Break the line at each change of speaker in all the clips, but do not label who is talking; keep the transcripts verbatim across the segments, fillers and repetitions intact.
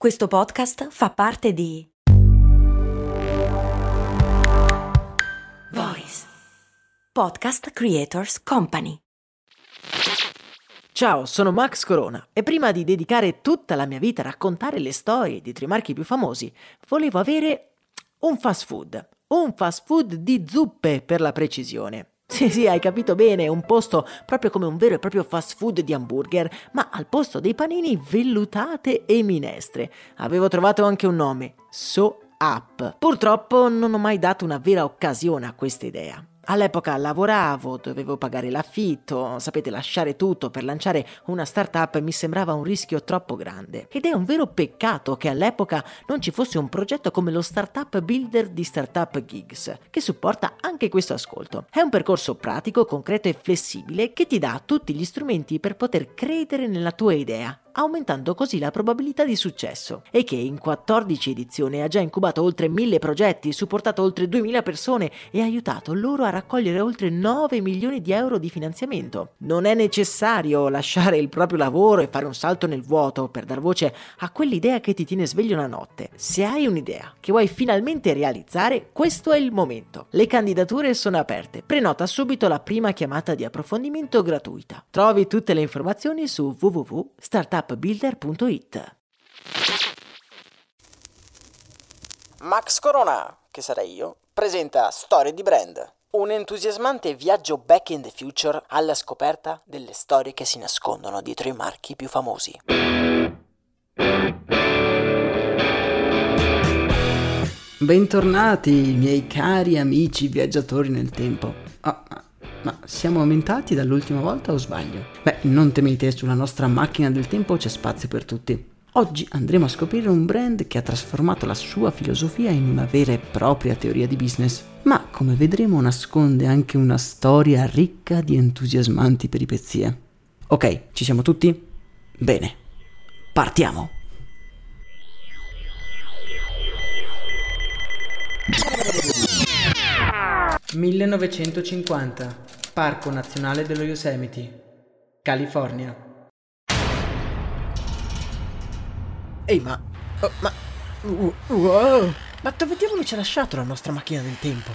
Questo podcast fa parte di Voice Podcast Creators Company.
Ciao, sono Max Corona e prima di dedicare tutta la mia vita a raccontare le storie di tre marchi più famosi, volevo avere un fast food, un fast food di zuppe per la precisione. Sì, sì, hai capito bene, un posto proprio come un vero e proprio fast food di hamburger, ma al posto dei panini vellutate e minestre. Avevo trovato anche un nome, So Up. Purtroppo non ho mai dato una vera occasione a questa idea. All'epoca lavoravo, dovevo pagare l'affitto, sapete, lasciare tutto per lanciare una startup mi sembrava un rischio troppo grande. Ed è un vero peccato che all'epoca non ci fosse un progetto come lo Startup Builder di Startup Gigs, che supporta anche questo ascolto. È un percorso pratico, concreto e flessibile che ti dà tutti gli strumenti per poter credere nella tua idea, aumentando così la probabilità di successo, e che in quattordici edizioni ha già incubato oltre mille progetti, supportato oltre duemila persone e aiutato loro a raccogliere oltre nove milioni di euro di finanziamento. Non è necessario lasciare il proprio lavoro e fare un salto nel vuoto per dar voce a quell'idea che ti tiene sveglio la notte. Se hai un'idea che vuoi finalmente realizzare, questo è il momento. Le candidature sono aperte. Prenota subito la prima chiamata di approfondimento gratuita. Trovi tutte le informazioni su w w w punto startup builder punto it.
Max Corona, che sarei io, presenta Storie di Brand, un entusiasmante viaggio back in the future alla scoperta delle storie che si nascondono dietro i marchi più famosi.
Bentornati, miei cari amici viaggiatori nel tempo. Oh, ma siamo aumentati dall'ultima volta o sbaglio? Beh, non temete, sulla nostra macchina del tempo c'è spazio per tutti. Oggi andremo a scoprire un brand che ha trasformato la sua filosofia in una vera e propria teoria di business, ma come vedremo nasconde anche una storia ricca di entusiasmanti peripezie. Ok, ci siamo tutti? Bene, partiamo! millenovecentocinquanta, Parco Nazionale dello Yosemite, California.
Ehi, ma... Oh, ma... Uh, wow. Ma dove diavolo ci ha lasciato la nostra macchina del tempo?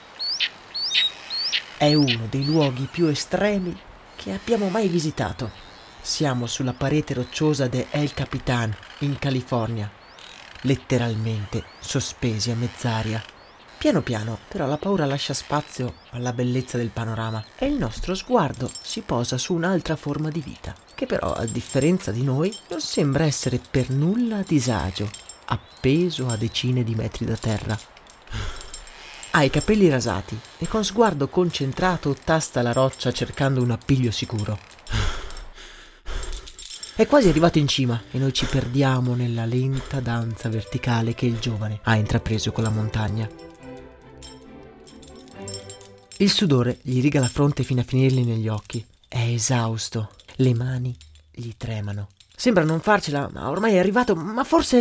È uno dei luoghi più estremi che abbiamo mai visitato. Siamo sulla parete rocciosa de El Capitan, in California, letteralmente sospesi a mezz'aria. Piano piano, però, la paura lascia spazio alla bellezza del panorama e il nostro sguardo si posa su un'altra forma di vita, che però, a differenza di noi, non sembra essere per nulla a disagio, appeso a decine di metri da terra. Ha i capelli rasati e con sguardo concentrato tasta la roccia cercando un appiglio sicuro. È quasi arrivato in cima e noi ci perdiamo nella lenta danza verticale che il giovane ha intrapreso con la montagna. Il sudore gli riga la fronte fino a finirgli negli occhi. È esausto. Le mani gli tremano. Sembra non farcela, ma ormai è arrivato, ma forse...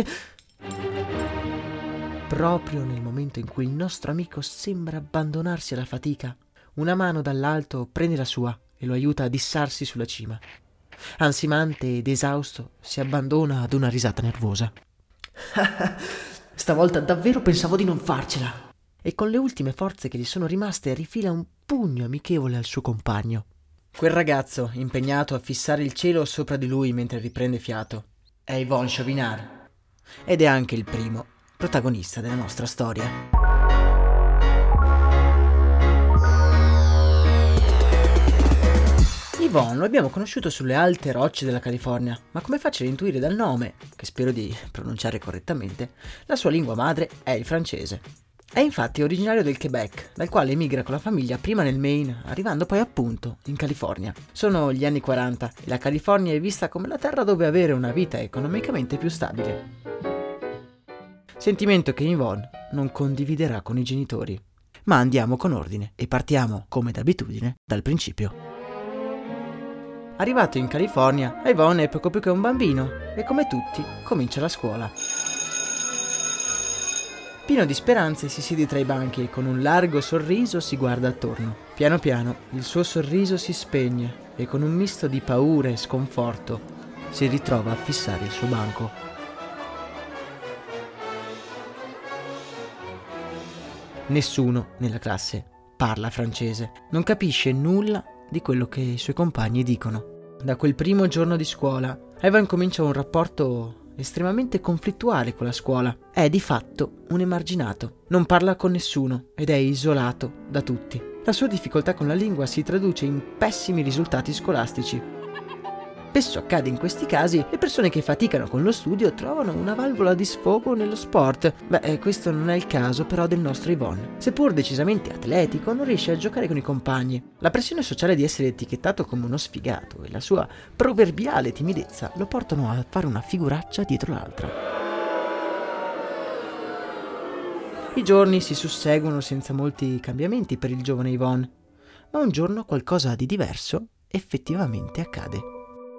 Proprio nel momento in cui il nostro amico sembra abbandonarsi alla fatica, una mano dall'alto prende la sua e lo aiuta a dissarsi sulla cima. Ansimante ed esausto si abbandona ad una risata nervosa. Stavolta davvero pensavo di non farcela. E con le ultime forze che gli sono rimaste rifila un pugno amichevole al suo compagno. Quel ragazzo, impegnato a fissare il cielo sopra di lui mentre riprende fiato, è Yvon Chouinard. Ed è anche il primo protagonista della nostra storia. Yvon lo abbiamo conosciuto sulle alte rocce della California, ma come è facile intuire dal nome, che spero di pronunciare correttamente, la sua lingua madre è il francese. È infatti originario del Quebec, dal quale emigra con la famiglia prima nel Maine, arrivando poi appunto in California. Sono gli anni quaranta e la California è vista come la terra dove avere una vita economicamente più stabile. Sentimento che Yvon non condividerà con i genitori. Ma andiamo con ordine e partiamo, come d'abitudine, dal principio. Arrivato in California, Yvon è poco più che un bambino e come tutti comincia la scuola. Pieno di speranze si siede tra i banchi e con un largo sorriso si guarda attorno. Piano piano il suo sorriso si spegne e con un misto di paura e sconforto si ritrova a fissare il suo banco.
Nessuno nella classe parla francese, non capisce nulla di quello che i suoi compagni dicono. Da quel primo giorno di scuola, Yvonne comincia un rapporto estremamente conflittuale con la scuola. È di fatto un emarginato, non parla con nessuno ed è isolato da tutti. La sua difficoltà con la lingua si traduce in pessimi risultati scolastici. Spesso accade in questi casi, le persone che faticano con lo studio trovano una valvola di sfogo nello sport. Beh, questo non è il caso però del nostro Yvonne. Seppur decisamente atletico, non riesce a giocare con i compagni. La pressione sociale di essere etichettato come uno sfigato e la sua proverbiale timidezza lo portano a fare una figuraccia dietro l'altra. I giorni si susseguono senza molti cambiamenti per il giovane Yvonne, ma un giorno qualcosa di diverso effettivamente accade.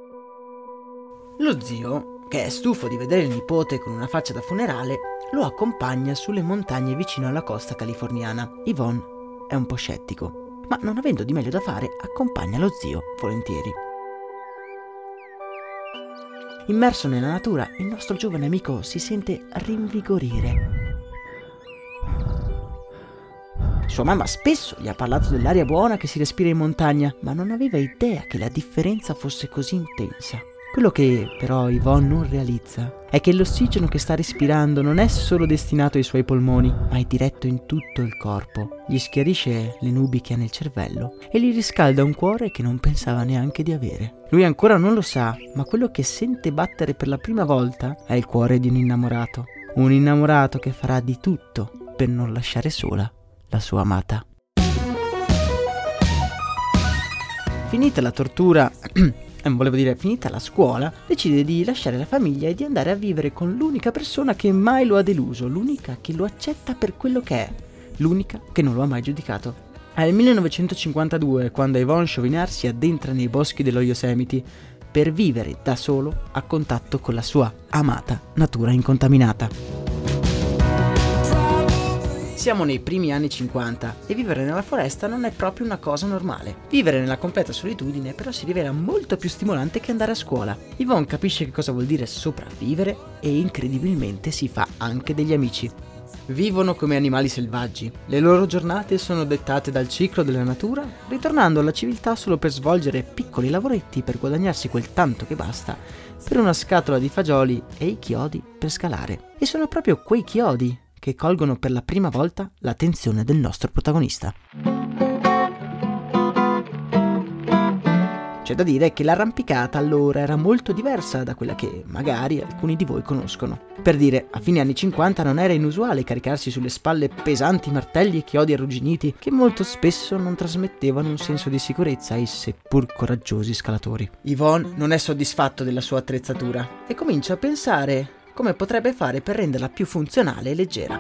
Lo zio, che è stufo di vedere il nipote con una faccia da funerale, lo accompagna sulle montagne vicino alla costa californiana. Yvonne è un po' scettico, ma non avendo di meglio da fare, accompagna lo zio volentieri. Immerso nella natura, il nostro giovane amico si sente rinvigorire. Sua mamma spesso gli ha parlato dell'aria buona che si respira in montagna, ma non aveva idea che la differenza fosse così intensa. Quello che però Yvonne non realizza è che l'ossigeno che sta respirando non è solo destinato ai suoi polmoni, ma è diretto in tutto il corpo. Gli schiarisce le nubi che ha nel cervello e gli riscalda un cuore che non pensava neanche di avere. Lui ancora non lo sa, ma quello che sente battere per la prima volta è il cuore di un innamorato. Un innamorato che farà di tutto per non lasciare sola la sua amata. Finita la tortura... volevo dire, finita la scuola, decide di lasciare la famiglia e di andare a vivere con l'unica persona che mai lo ha deluso, l'unica che lo accetta per quello che è, l'unica che non lo ha mai giudicato. È il millenovecentocinquantadue quando Yvonne Chauvinard si addentra nei boschi dello Yosemite per vivere da solo a contatto con la sua amata natura incontaminata. Siamo nei primi anni cinquanta e vivere nella foresta non è proprio una cosa normale. Vivere nella completa solitudine però si rivela molto più stimolante che andare a scuola. Yvonne capisce che cosa vuol dire sopravvivere e incredibilmente si fa anche degli amici. Vivono come animali selvaggi. Le loro giornate sono dettate dal ciclo della natura, ritornando alla civiltà solo per svolgere piccoli lavoretti per guadagnarsi quel tanto che basta per una scatola di fagioli e i chiodi per scalare. E sono proprio quei chiodi che colgono per la prima volta l'attenzione del nostro protagonista. C'è da dire che l'arrampicata allora era molto diversa da quella che magari alcuni di voi conoscono. Per dire, a fine anni cinquanta non era inusuale caricarsi sulle spalle pesanti martelli e chiodi arrugginiti che molto spesso non trasmettevano un senso di sicurezza ai seppur coraggiosi scalatori. Yvonne non è soddisfatto della sua attrezzatura e comincia a pensare come potrebbe fare per renderla più funzionale e leggera.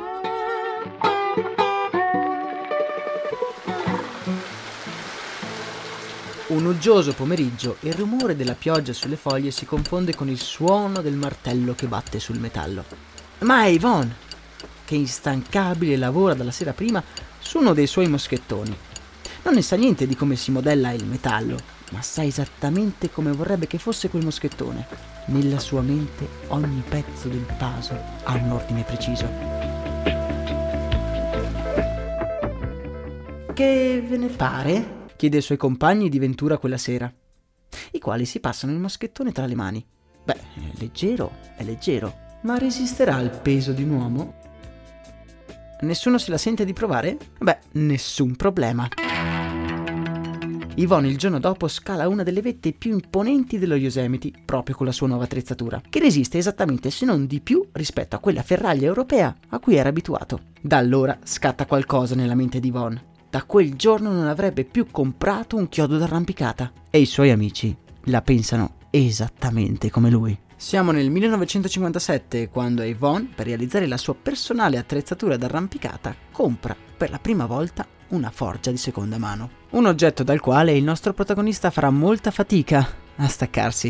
Un uggioso pomeriggio il rumore della pioggia sulle foglie si confonde con il suono del martello che batte sul metallo. Ma è Yvonne, che instancabile lavora dalla sera prima su uno dei suoi moschettoni. Non ne sa niente di come si modella il metallo, ma sa esattamente come vorrebbe che fosse quel moschettone. Nella sua mente ogni pezzo del puzzle ha un ordine preciso. Che ve ne pare? Chiede ai suoi compagni di ventura quella sera, i quali si passano il moschettone tra le mani. Beh, è leggero, è leggero, ma resisterà al peso di un uomo? Nessuno se la sente di provare? Beh, nessun problema. Yvonne il giorno dopo scala una delle vette più imponenti dello Yosemite proprio con la sua nuova attrezzatura, che resiste esattamente se non di più rispetto a quella ferraglia europea a cui era abituato. Da allora scatta qualcosa nella mente di Yvonne. Da quel giorno non avrebbe più comprato un chiodo d'arrampicata e i suoi amici la pensano esattamente come lui. Siamo nel millenovecentocinquantasette quando Yvonne, per realizzare la sua personale attrezzatura d'arrampicata, compra per la prima volta una forgia di seconda mano. Un oggetto dal quale il nostro protagonista farà molta fatica a staccarsi.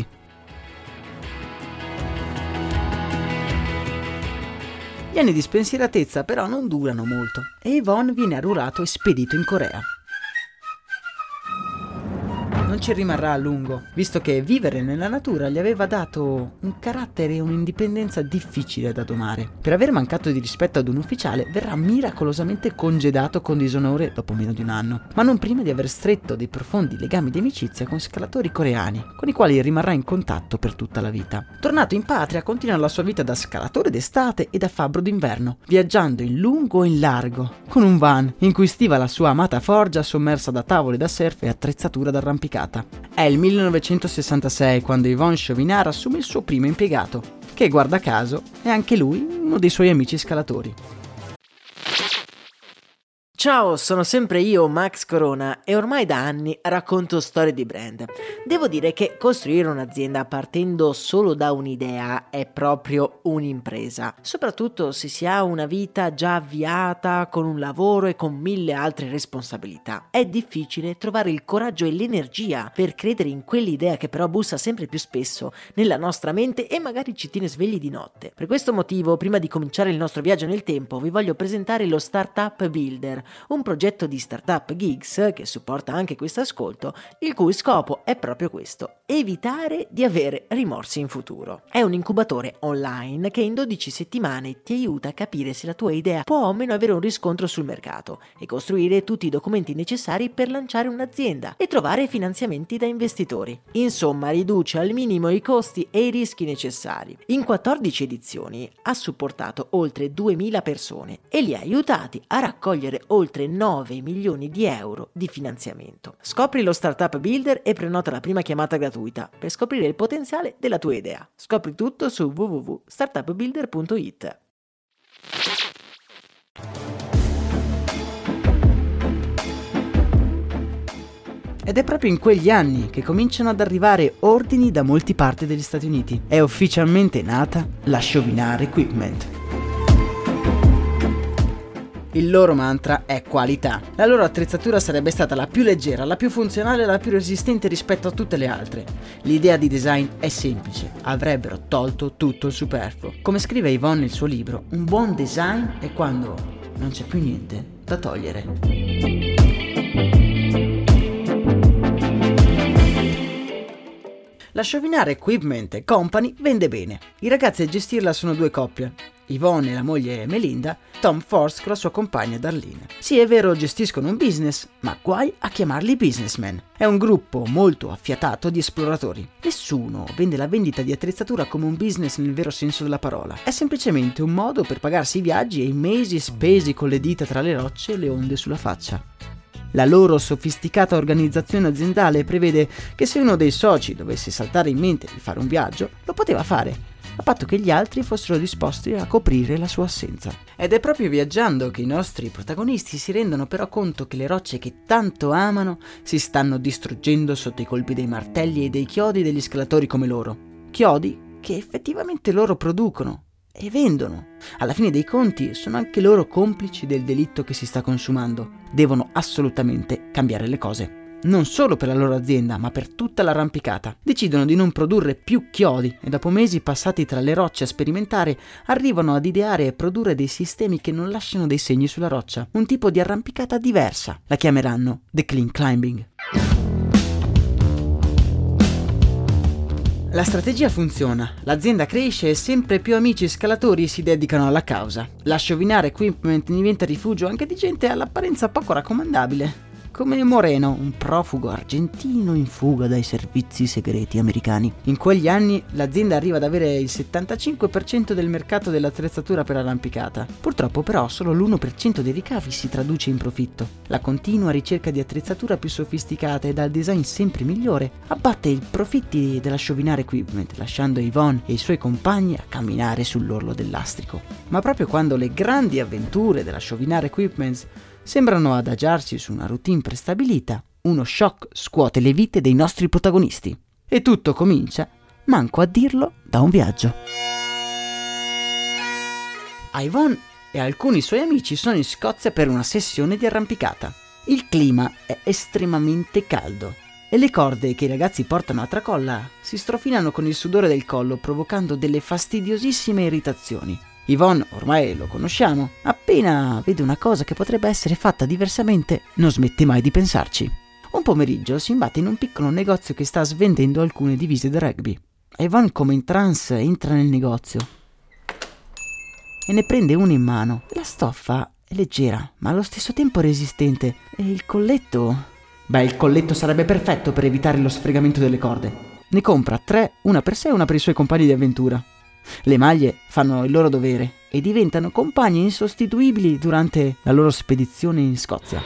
Gli anni di spensieratezza però non durano molto e Yvonne viene arruolato e spedito in Corea. Non non ci rimarrà a lungo, visto che vivere nella natura gli aveva dato un carattere e un'indipendenza difficile da domare. Per aver mancato di rispetto ad un ufficiale verrà miracolosamente congedato con disonore dopo meno di un anno, ma non prima di aver stretto dei profondi legami di amicizia con scalatori coreani, con i quali rimarrà in contatto per tutta la vita. Tornato in patria, continua la sua vita da scalatore d'estate e da fabbro d'inverno, viaggiando in lungo e in largo, con un van in cui stiva la sua amata forgia sommersa da tavole da surf e attrezzatura d'arrampicata. È il millenovecentosessantasei quando Yvon Chouinard assume il suo primo impiegato, che guarda caso è anche lui uno dei suoi amici scalatori.
Ciao, sono sempre io, Max Corona, e ormai da anni racconto storie di brand. Devo dire che costruire un'azienda partendo solo da un'idea è proprio un'impresa, soprattutto se si ha una vita già avviata con un lavoro e con mille altre responsabilità. È difficile trovare il coraggio e l'energia per credere in quell'idea che però bussa sempre più spesso nella nostra mente e magari ci tiene svegli di notte. Per questo motivo, prima di cominciare il nostro viaggio nel tempo, vi voglio presentare lo Startup Builder, un progetto di Startup Geeks che supporta anche questo ascolto, il cui scopo è proprio questo: evitare di avere rimorsi in futuro. È un incubatore online che in dodici settimane ti aiuta a capire se la tua idea può o meno avere un riscontro sul mercato e costruire tutti i documenti necessari per lanciare un'azienda e trovare finanziamenti da investitori. Insomma, riduce al minimo i costi e i rischi necessari. In quattordici edizioni ha supportato oltre duemila persone e li ha aiutati a raccogliere oltre nove milioni di euro di finanziamento. Scopri lo Startup Builder e prenota la prima chiamata gratuita per scoprire il potenziale della tua idea. Scopri tutto su w w w punto startup builder punto i t.
Ed è proprio in quegli anni che cominciano ad arrivare ordini da molte parti degli Stati Uniti. È ufficialmente nata la Chouinard Equipment. Il loro mantra è qualità. La loro attrezzatura sarebbe stata la più leggera, la più funzionale e la più resistente rispetto a tutte le altre. L'idea di design è semplice: avrebbero tolto tutto il superfluo. Come scrive Yvon nel suo libro, un buon design è quando non c'è più niente da togliere. La Chouinard Equipment Company vende bene. I ragazzi a gestirla sono due coppie, Yvon e la moglie Melinda, Tom Force con la sua compagna Darlene. Sì, è vero, gestiscono un business, ma guai a chiamarli businessmen. È un gruppo molto affiatato di esploratori. Nessuno vende la vendita di attrezzatura come un business nel vero senso della parola. È semplicemente un modo per pagarsi i viaggi e i mesi spesi con le dita tra le rocce e le onde sulla faccia. La loro sofisticata organizzazione aziendale prevede che se uno dei soci dovesse saltare in mente di fare un viaggio, lo poteva fare, a patto che gli altri fossero disposti a coprire la sua assenza. Ed è proprio viaggiando che i nostri protagonisti si rendono però conto che le rocce che tanto amano si stanno distruggendo sotto i colpi dei martelli e dei chiodi degli scalatori come loro. Chiodi che effettivamente loro producono e vendono. Alla fine dei conti sono anche loro complici del delitto che si sta consumando. Devono assolutamente cambiare le cose. Non solo per la loro azienda, ma per tutta l'arrampicata. Decidono di non produrre più chiodi e dopo mesi passati tra le rocce a sperimentare, arrivano ad ideare e produrre dei sistemi che non lasciano dei segni sulla roccia. Un tipo di arrampicata diversa. La chiameranno The Clean Climbing. La strategia funziona, l'azienda cresce e sempre più amici scalatori si dedicano alla causa. La Chouinard Equipment diventa rifugio anche di gente all'apparenza poco raccomandabile, come Moreno, un profugo argentino in fuga dai servizi segreti americani. In quegli anni l'azienda arriva ad avere il settantacinque per cento del mercato dell'attrezzatura per arrampicata. Purtroppo però solo l'uno per cento dei ricavi si traduce in profitto. La continua ricerca di attrezzatura più sofisticata e dal design sempre migliore abbatte i profitti della Chouinard Equipment, lasciando Yvon e i suoi compagni a camminare sull'orlo del lastrico. Ma proprio quando le grandi avventure della Chouinard Equipment sembrano adagiarsi su una routine prestabilita, uno shock scuote le vite dei nostri protagonisti. E tutto comincia, manco a dirlo, da un viaggio. Yvon e alcuni suoi amici sono in Scozia per una sessione di arrampicata. Il clima è estremamente caldo e le corde che i ragazzi portano a tracolla si strofinano con il sudore del collo, provocando delle fastidiosissime irritazioni. Yvon, ormai lo conosciamo, appena vede una cosa che potrebbe essere fatta diversamente, non smette mai di pensarci. Un pomeriggio si imbatte in un piccolo negozio che sta svendendo alcune divise da rugby. Yvonne, come in trance, entra nel negozio e ne prende una in mano. La stoffa è leggera, ma allo stesso tempo resistente. E il colletto... Beh, il colletto sarebbe perfetto per evitare lo sfregamento delle corde. Ne compra tre, una per sé e una per i suoi compagni di avventura. Le maglie fanno il loro dovere e diventano compagni insostituibili durante la loro spedizione in Scozia.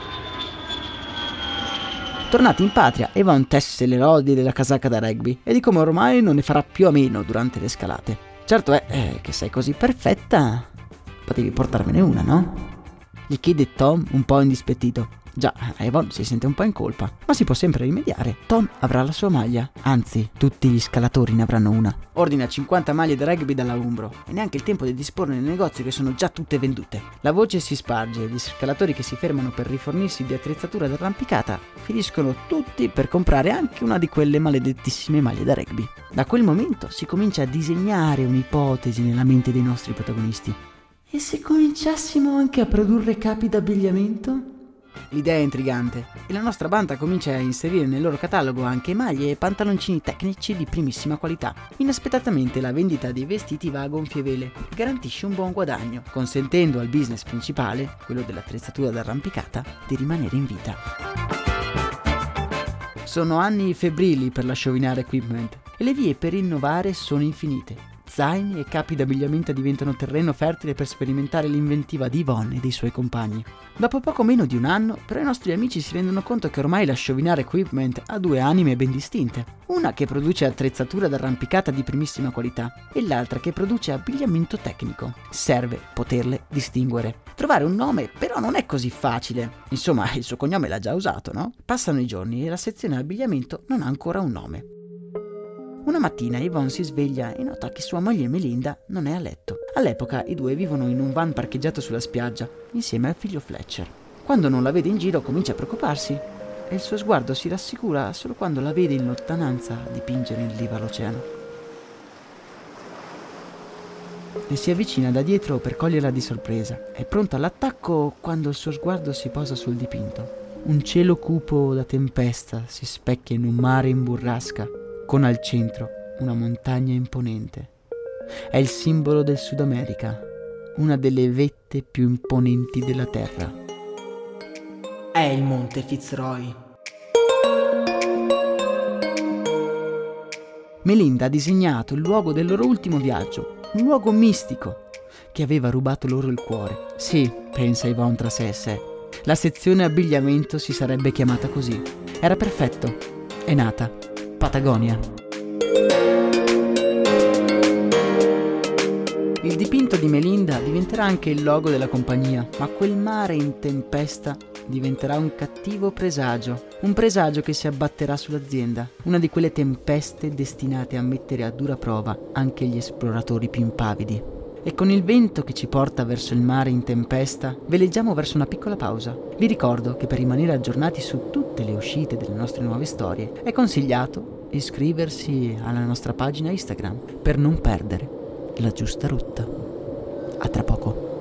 Tornati in patria, Yvonne tesse le lodi della casacca da rugby e di come ormai non ne farà più a meno durante le scalate. Certo è eh, che sei così perfetta, potevi portarmene una, no? Gli chiede Tom un po' indispettito. Già, Yvonne si sente un po' in colpa, ma si può sempre rimediare. Tom avrà la sua maglia, anzi, tutti gli scalatori ne avranno una. Ordina cinquanta maglie da rugby dalla Umbro e neanche il tempo di disporne nel negozio che sono già tutte vendute. La voce si sparge e gli scalatori che si fermano per rifornirsi di attrezzatura d'arrampicata finiscono tutti per comprare anche una di quelle maledettissime maglie da rugby. Da quel momento si comincia a disegnare un'ipotesi nella mente dei nostri protagonisti. E se cominciassimo anche a produrre capi d'abbigliamento? L'idea è intrigante e la nostra banda comincia a inserire nel loro catalogo anche maglie e pantaloncini tecnici di primissima qualità. Inaspettatamente la vendita dei vestiti va a gonfie vele e garantisce un buon guadagno, consentendo al business principale, quello dell'attrezzatura d'arrampicata, di rimanere in vita. Sono anni febbrili per la Chauvinard Equipment e le vie per innovare sono infinite. Zaini e capi d'abbigliamento diventano terreno fertile per sperimentare l'inventiva di Yvonne e dei suoi compagni. Dopo poco meno di un anno, però, i nostri amici si rendono conto che ormai la Chauvinard Equipment ha due anime ben distinte. Una che produce attrezzatura d'arrampicata di primissima qualità e l'altra che produce abbigliamento tecnico. Serve poterle distinguere. Trovare un nome però non è così facile. Insomma, il suo cognome l'ha già usato, no? Passano i giorni e la sezione abbigliamento non ha ancora un nome. Una mattina Yvonne si sveglia e nota che sua moglie Melinda non è a letto. All'epoca i due vivono in un van parcheggiato sulla spiaggia, insieme al figlio Fletcher. Quando non la vede in giro comincia a preoccuparsi e il suo sguardo si rassicura solo quando la vede in lontananza dipingere in riva all'oceano. Le si avvicina da dietro per coglierla di sorpresa. È pronta all'attacco quando il suo sguardo si posa sul dipinto. Un cielo cupo da tempesta si specchia in un mare in burrasca, con al centro una montagna imponente. È il simbolo del Sud America, una delle vette più imponenti della Terra. È il Monte Fitzroy. Melinda ha disegnato il luogo del loro ultimo viaggio, un luogo mistico che aveva rubato loro il cuore. Sì, pensa Yvonne tra sé e sé, la sezione abbigliamento si sarebbe chiamata così. Era perfetto. È nata Patagonia. Il dipinto di Melinda diventerà anche il logo della compagnia, ma quel mare in tempesta diventerà un cattivo presagio, un presagio che si abbatterà sull'azienda, una di quelle tempeste destinate a mettere a dura prova anche gli esploratori più impavidi. E con il vento che ci porta verso il mare in tempesta, veleggiamo verso una piccola pausa. Vi ricordo che per rimanere aggiornati su tutte le uscite delle nostre nuove storie è consigliato iscriversi alla nostra pagina Instagram per non perdere la giusta rotta. A tra poco.